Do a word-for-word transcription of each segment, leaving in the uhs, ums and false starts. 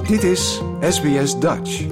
Dit is S B S Dutch.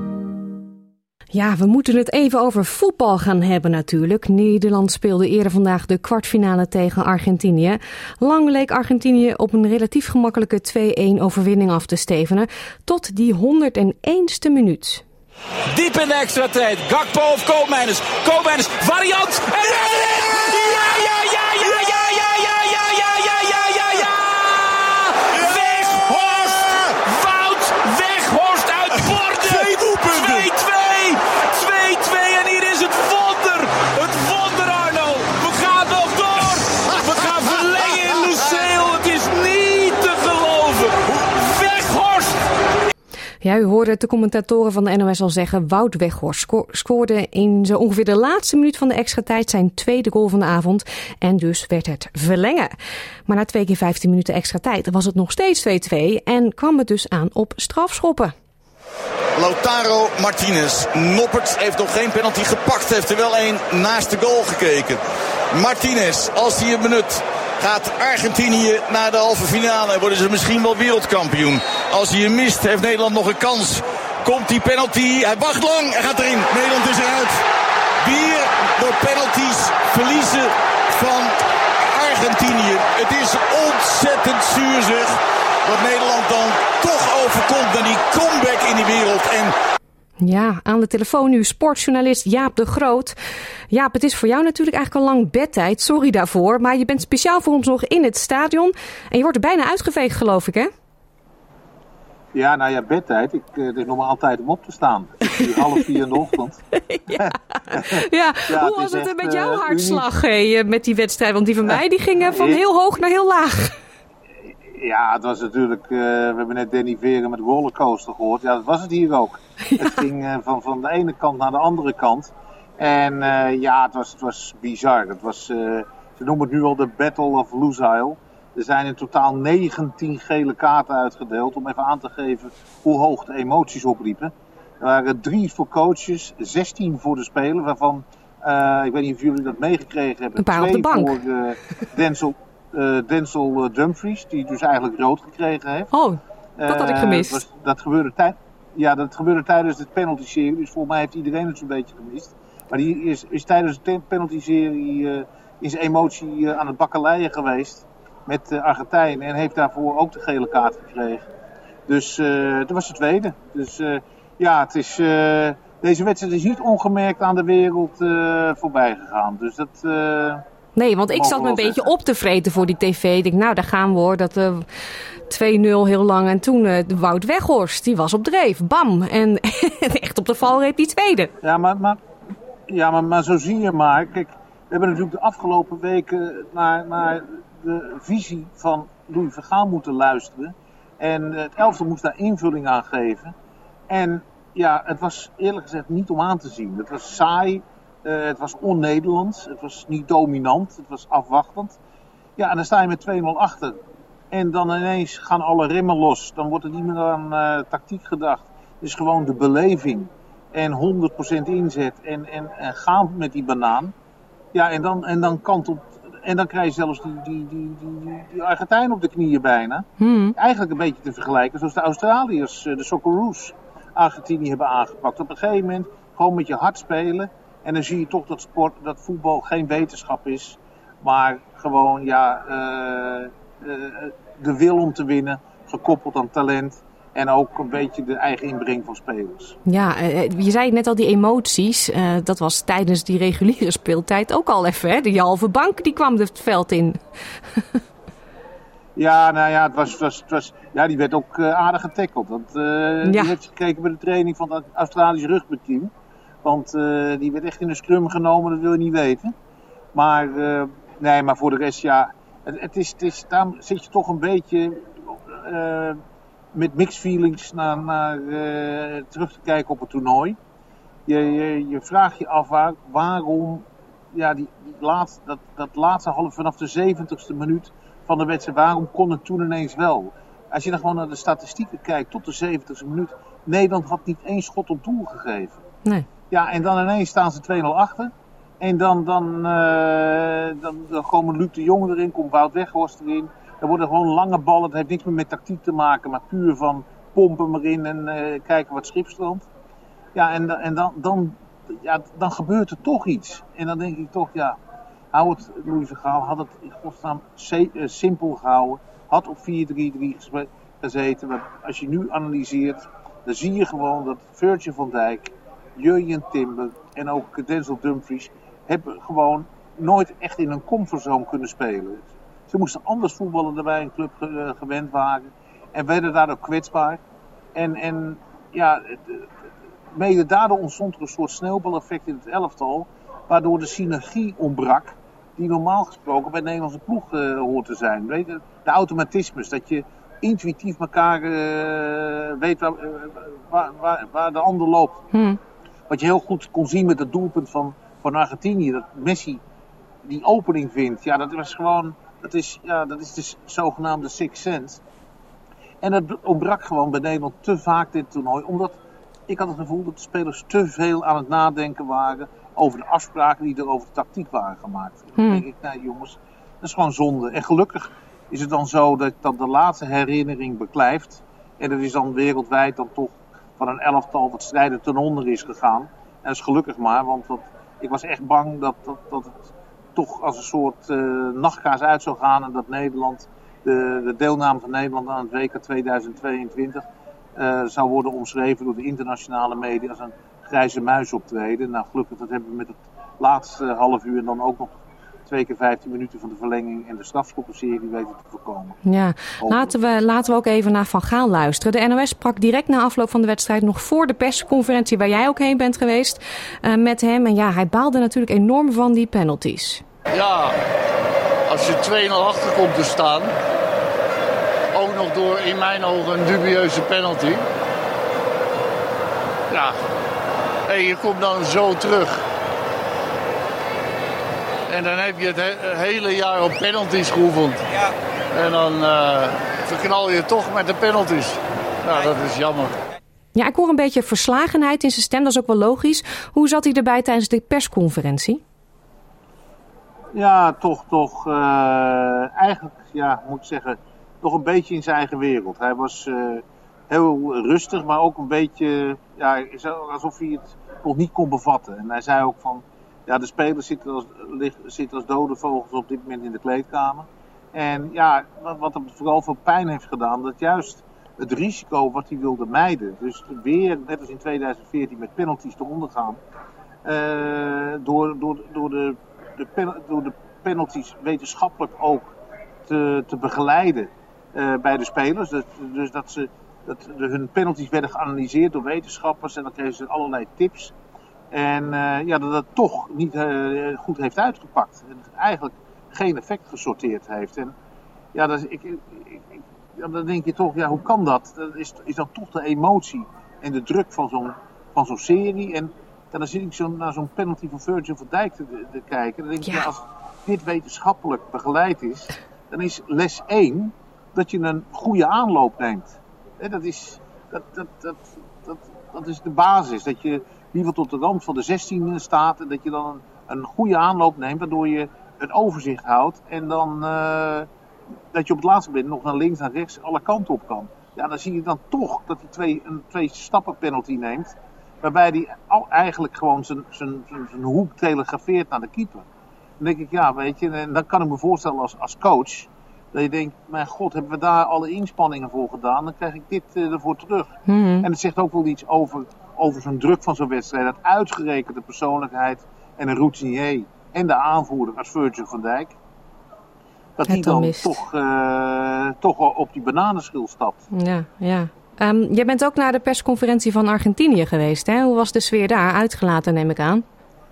Ja, we moeten het even over voetbal gaan hebben natuurlijk. Nederland speelde eerder vandaag de kwartfinale tegen Argentinië. Lang leek Argentinië op een relatief gemakkelijke twee-een overwinning af te stevenen. Tot die honderdéénste minuut. Diep in de extra tijd. Gakpo of Koopmeiners. Koopmeiners, variant. En ja, ja, ja, ja, ja, ja, ja, ja, ja, ja, ja, ja, ja. Weghorst. Wout Weghorst uit Borden. Twee doelpunten. twee-twee. twee-twee en hier is het wonder. Het wonder, Arno. We gaan nog door. We gaan verlengen in Luceel. Het is niet te geloven. Weghorst. Ja, u hoorde het de commentatoren van de N O S al zeggen. Wout Weghorst sco- scoorde in zo ongeveer de laatste minuut van de extra tijd zijn tweede goal van de avond. En dus werd het verlengen. Maar na twee keer vijftien minuten extra tijd was het nog steeds twee-twee. En kwam het dus aan op strafschoppen. Lautaro Martinez. Noppert heeft nog geen penalty gepakt. Heeft er wel één naast de goal gekeken. Martinez, als hij het benut, gaat Argentinië naar de halve finale. En worden ze misschien wel wereldkampioen. Als hij hem mist, heeft Nederland nog een kans. Komt die penalty. Hij wacht lang. Hij gaat erin. Nederland is eruit. Weer door penalties verliezen van Argentinië. Het is ontzettend zuur zeg. Wat Nederland dan toch overkomt naar die comeback in die wereld. En Ja, aan de telefoon nu sportjournalist Jaap de Groot. Jaap, het is voor jou natuurlijk eigenlijk al lang bedtijd. Sorry daarvoor, maar je bent speciaal voor ons nog in het stadion. En je wordt er bijna uitgeveegd, geloof ik, hè? Ja, nou ja, bedtijd. Ik, uh, het is nog maar altijd om op te staan. Het is hier half vier in de ochtend. ja. ja, ja, hoe was het, het met jouw uh, hartslag hey, met die wedstrijd? Want die van mij die ging van heel hoog naar heel laag. Ja, het was natuurlijk... Uh, we hebben net Danny Veren met rollercoaster gehoord. Ja, dat was het hier ook. Ja. Het ging uh, van, van de ene kant naar de andere kant. En uh, ja, het was, het was bizar. Het was, uh, ze noemen het nu al de Battle of Lusail. Er zijn in totaal negentien gele kaarten uitgedeeld. Om even aan te geven hoe hoog de emoties opliepen. Er waren drie voor coaches, zestien voor de speler. Waarvan, uh, ik weet niet of jullie dat meegekregen hebben. Een paar twee op de bank. voor uh, Denzel, uh, Denzel Dumfries. Die dus eigenlijk rood gekregen heeft. Oh, dat had ik gemist. Uh, was, dat, gebeurde tij- ja, dat gebeurde tijdens de penalty-serie. Dus volgens mij heeft iedereen het zo'n beetje gemist. Maar die is, is tijdens de penalty-serie uh, in zijn emotie uh, aan het bakkeleien geweest. Met uh, Argentijn. En heeft daarvoor ook de gele kaart gekregen. Dus uh, dat was de tweede. Dus uh, ja, het is, uh, deze wedstrijd is niet ongemerkt aan de wereld uh, voorbij gegaan. Dus dat... Uh, Nee, want ik zat me een beetje zeggen. op te vreten voor die tv. Ik denk, nou, daar gaan we hoor. Dat uh, twee nul heel lang. En toen uh, de Wout Weghorst, die was op dreef. Bam. En echt op de valreep die tweede. Ja, maar, maar, ja maar, maar zo zie je maar. Kijk, we hebben natuurlijk de afgelopen weken naar, naar de visie van Louis van Gaal moeten luisteren. En het elftal moest daar invulling aan geven. En ja, het was eerlijk gezegd niet om aan te zien. Het was saai. Uh, het was on-Nederlands, het was niet dominant, het was afwachtend. Ja, en dan sta je met twee nul achter. En dan ineens gaan alle remmen los. Dan wordt er niet meer aan uh, tactiek gedacht. Het is gewoon de beleving. En honderd procent inzet en, en, en gaan met die banaan. Ja, en dan, en dan kantelt... En dan krijg je zelfs die, die, die, die, die Argentijn op de knieën bijna. Hmm. Eigenlijk een beetje te vergelijken zoals de Australiërs, de Socceroos, Argentinië hebben aangepakt. Op een gegeven moment gewoon met je hart spelen. En dan zie je toch dat sport, dat voetbal geen wetenschap is. Maar gewoon, ja, uh, uh, de wil om te winnen, gekoppeld aan talent. En ook een beetje de eigen inbreng van spelers. Ja, je zei net al, die emoties. Uh, dat was tijdens die reguliere speeltijd ook al even, hè? Die halve bank die kwam het veld in. Ja, nou ja, het was, het was, het was, ja die werd ook uh, aardig getackeld. Want uh, ja. Die heeft gekeken bij de training van het Australische rugbyteam. Want uh, die werd echt in een scrum genomen, dat wil je niet weten. Maar, uh, nee, maar voor de rest, ja, het, het is, het is, daar zit je toch een beetje... Uh, met mixed feelings naar, naar, uh, terug te kijken op het toernooi. Je, je, je vraagt je af waar, waarom ja, die, die laatste, dat, dat laatste half vanaf de zeventigste minuut van de wedstrijd, waarom kon het toen ineens wel? Als je dan gewoon naar de statistieken kijkt tot de zeventigste minuut, Nederland had niet één schot op doel gegeven. Nee. Ja, en dan ineens staan ze twee nul achter. En dan, dan, uh, dan, dan komen Luc de Jong erin, komt Wout Weghorst erin. Er worden gewoon lange ballen, het heeft niks meer met tactiek te maken, maar puur van pomp hem erin en uh, kijken wat schip strandt. Ja, en, en dan, dan, ja, dan gebeurt er toch iets. En dan denk ik toch, ja, hou het, Louis van Gaal had het in godsnaam se- uh, simpel gehouden. Had op vier drie drie gezeten. Maar als je nu analyseert, dan zie je gewoon dat Virgil van Dijk, Jurjen Timber en ook Denzel Dumfries hebben gewoon nooit echt in een comfortzone kunnen spelen. Ze moesten anders voetballen dan wij een club uh, gewend waren. En werden daardoor kwetsbaar. En, en ja, mede daardoor ontstond er een soort sneeuwbaleffect in het elftal. Waardoor de synergie ontbrak. Die normaal gesproken bij de Nederlandse ploeg uh, hoort te zijn. Weet je, de automatismes. Dat je intuïtief elkaar uh, weet waar, uh, waar, waar, waar de ander loopt. Hmm. Wat je heel goed kon zien met het doelpunt van, van Argentinië. Dat Messi die opening vindt. Ja, dat was gewoon... Dat is, ja, dat is de zogenaamde sixth sense. En dat ontbrak gewoon bij Nederland te vaak dit toernooi. Omdat ik had het gevoel dat de spelers te veel aan het nadenken waren over de afspraken die er over de tactiek waren gemaakt. Hmm. Dan denk ik, nou jongens, dat is gewoon zonde. En gelukkig is het dan zo dat, dat de laatste herinnering beklijft. En dat is dan wereldwijd dan toch van een elftal wat strijdend ten onder is gegaan. En dat is gelukkig maar, want dat, ik was echt bang dat, dat, dat het toch als een soort uh, nachtkaars uit zou gaan. En dat Nederland, de, de deelname van Nederland aan het W K tweeduizend tweeëntwintig uh, zou worden omschreven door de internationale media als een grijze muis optreden. Nou gelukkig, dat hebben we met het laatste half uur en dan ook nog twee keer vijftien minuten van de verlenging en de strafschoppenserie weten te voorkomen. Ja, laten we, laten we ook even naar Van Gaal luisteren. De N O S sprak direct na afloop van de wedstrijd nog voor de persconferentie waar jij ook heen bent geweest uh, met hem. En ja, hij baalde natuurlijk enorm van die penalties. Ja, als je twee nul achter komt te staan, ook nog door in mijn ogen een dubieuze penalty. Ja, en je komt dan zo terug. En dan heb je het he- hele jaar op penalties geoefend. Ja. En dan uh, verknal je toch met de penalties. Nou, dat is jammer. Ja, ik hoor een beetje verslagenheid in zijn stem. Dat is ook wel logisch. Hoe zat hij erbij tijdens de persconferentie? Ja, toch, toch. Uh, eigenlijk, ja, moet ik zeggen, toch een beetje in zijn eigen wereld. Hij was uh, heel rustig, maar ook een beetje, ja, alsof hij het nog niet kon bevatten. En hij zei ook van, ja, de spelers zitten als, zitten als dode vogels op dit moment in de kleedkamer. En ja, wat, wat hem vooral veel pijn heeft gedaan, dat juist het risico wat hij wilde mijden. Dus weer, net als in tweeduizend veertien, met penalties te ondergaan. Uh, door, door, door, de, de pen, door de penalties wetenschappelijk ook te, te begeleiden uh, bij de spelers. Dus, dus dat, ze, dat de, hun penalties werden geanalyseerd door wetenschappers en dan kregen ze allerlei tips. En uh, ja, dat het toch niet uh, goed heeft uitgepakt. En het eigenlijk geen effect gesorteerd heeft. En ja, dat is, ik, ik, ik, ja, dan denk je toch, ja, hoe kan dat? Dat is, is dan toch de emotie en de druk van zo'n, van zo'n serie. En ja, dan zit ik zo naar zo'n penalty van Virgil van Dijk te, te kijken. Dan denk ik, ja. Ja, als dit wetenschappelijk begeleid is, dan is les één dat je een goede aanloop neemt. He, dat, is, dat, dat, dat, dat, dat is de basis. Dat je liever tot de rand van de zestien staat en dat je dan een, een goede aanloop neemt, waardoor je een overzicht houdt en dan uh, dat je op het laatste moment nog naar links, naar rechts, alle kanten op kan. Ja, dan zie je dan toch dat hij twee, een twee stappen penalty neemt, waarbij hij al eigenlijk gewoon zijn, zijn, zijn, zijn hoek telegrafeert naar de keeper. Dan denk ik, ja, weet je, en dan kan ik me voorstellen als, als coach, dat je denkt, mijn god, hebben we daar alle inspanningen voor gedaan, dan krijg ik dit uh, ervoor terug. Mm-hmm. En het zegt ook wel iets over, over zo'n druk van zo'n wedstrijd, dat uitgerekende persoonlijkheid en een routinier en de aanvoerder als Virgil van Dijk, dat hij dan toch, uh, toch op die bananenschil stapt. Ja, ja. Um, jij bent ook naar de persconferentie van Argentinië geweest, hè? Hoe was de sfeer daar? Uitgelaten, neem ik aan.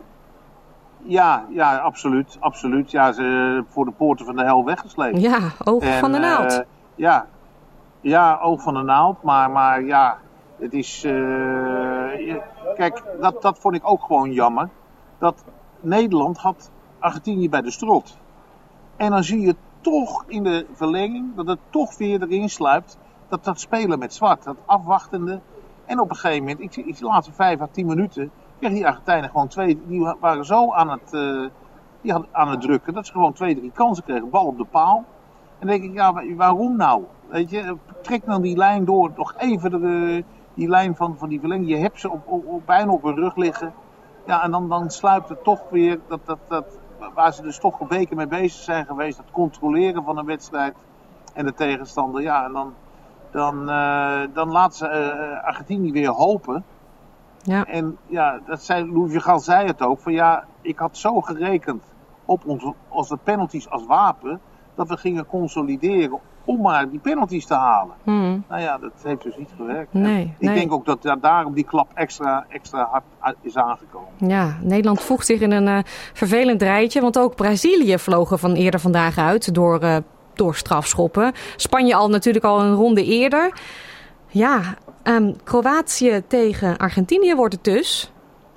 Ja, ja, absoluut, absoluut. Ja, ze voor de poorten van de hel weggesleept. Ja, oog en, van de naald. Uh, ja, ja, oog van de naald, maar, maar ja, het is... Uh, kijk, dat, dat vond ik ook gewoon jammer. Dat Nederland had Argentinië bij de strot. En dan zie je toch in de verlenging dat het toch weer erin sluipt. Dat dat spelen met zwart, dat afwachtende. En op een gegeven moment, ik zie de laatste vijf à tien minuten, kregen die Argentijnen gewoon twee, die waren zo aan het, uh, die aan het drukken, dat ze gewoon twee, drie kansen kregen, bal op de paal. En dan denk ik, ja, waarom nou? Weet je, trek dan die lijn door. Nog even de, die lijn van, van die verlenging. Je hebt ze op, op, op, bijna op hun rug liggen. Ja, en dan, dan sluipt het toch weer, dat, dat, dat, waar ze dus toch een weken mee bezig zijn geweest. Het controleren van een wedstrijd en de tegenstander. Ja, en dan, dan, uh, dan laten ze uh, Argentinië weer hopen. Ja. En ja, dat zei, Louis van Gaal zei het ook. Van ja, ik had zo gerekend op onze, onze penalties als wapen. Dat we gingen consolideren om maar die penalties te halen. Hmm. Nou ja, dat heeft dus niet gewerkt. Nee, ik nee. denk ook dat ja, daarom die klap extra, extra hard is aangekomen. Ja, Nederland voegt zich in een uh, vervelend rijtje. Want ook Brazilië vlogen van eerder vandaag uit door, uh, door strafschoppen. Spanje al natuurlijk al een ronde eerder. Ja, um, Kroatië tegen Argentinië wordt het dus.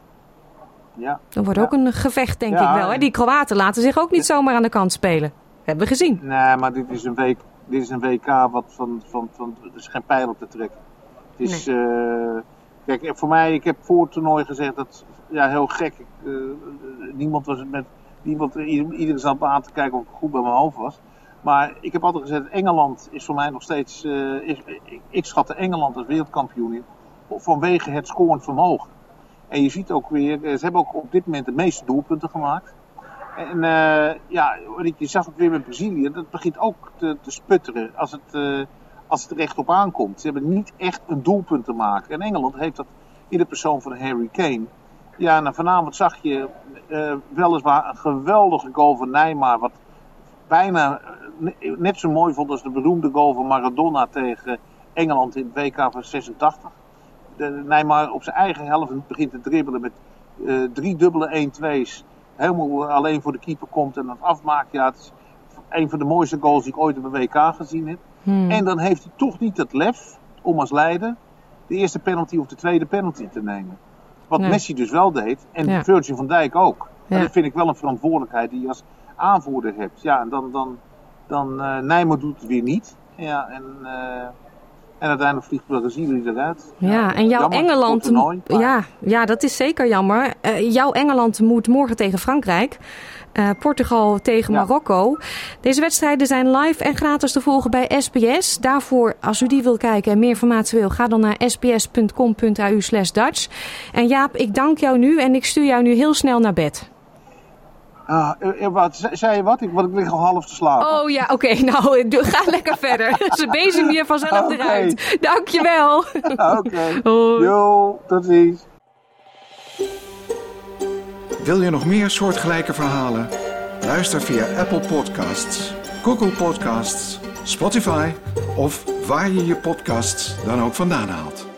Ja. Dat wordt ja. ook een gevecht, denk ja, ik wel. Hè? Die Kroaten laten zich ook niet zomaar aan de kant spelen. Hebben we gezien. Nee, maar dit is een, week, dit is een W K wat van, van, van... Er is geen pijl op te trekken. Het is... Nee. Uh, kijk, voor mij... Ik heb voor het toernooi gezegd dat... Ja, heel gek. Ik, uh, niemand was het met... Niemand, iedereen zat aan te kijken of ik goed bij mijn hoofd was. Maar ik heb altijd gezegd... Engeland is voor mij nog steeds... Uh, is, ik, ik schatte Engeland als wereldkampioen in. Vanwege het scorend vermogen. En je ziet ook weer... Ze hebben ook op dit moment de meeste doelpunten gemaakt. En uh, ja, je zag ook weer met Brazilië, dat begint ook te, te sputteren als het, uh, als het er echt op aankomt. Ze hebben niet echt een doelpunt te maken. En Engeland heeft dat in de persoon van Harry Kane. Ja, nou vanavond zag je uh, weliswaar een geweldige goal van Neymar, wat bijna uh, net zo mooi vond als de beroemde goal van Maradona tegen Engeland in het W K van zesentachtig. De, Neymar op zijn eigen helft begint te dribbelen met uh, drie dubbele één-twee's. Helemaal alleen voor de keeper komt en dat afmaakt. Ja, het is een van de mooiste goals die ik ooit op een W K gezien heb. Hmm. En dan heeft hij toch niet het lef om als leider de eerste penalty of de tweede penalty te nemen. Wat nee. Messi dus wel deed. En ja. Virgil van Dijk ook. Ja. En dat vind ik wel een verantwoordelijkheid die je als aanvoerder hebt. Ja, en dan, dan, dan uh, Neymar doet het weer niet. Ja, en... Uh, En uiteindelijk vliegt Brazilië eruit. Ja, ja, en jouw jammer, Engeland... Toernooi, maar... ja, ja, dat is zeker jammer. Uh, jouw Engeland moet morgen tegen Frankrijk. Uh, Portugal tegen ja. Marokko. Deze wedstrijden zijn live en gratis te volgen bij S B S. Daarvoor, als u die wil kijken en meer informatie wil... ga dan naar sbs.com.au slash Dutch. En Jaap, ik dank jou nu en ik stuur jou nu heel snel naar bed. Ah, uh, wat, zei je wat? Ik, want ik lig al half te slapen. Oh ja, oké. Okay. Nou, ga lekker verder. Ze bezem je vanzelf okay. eruit. Dankjewel. Oké. Okay. Jo, tot ziens. Wil je nog meer soortgelijke verhalen? Luister via Apple Podcasts, Google Podcasts, Spotify of waar je je podcasts dan ook vandaan haalt.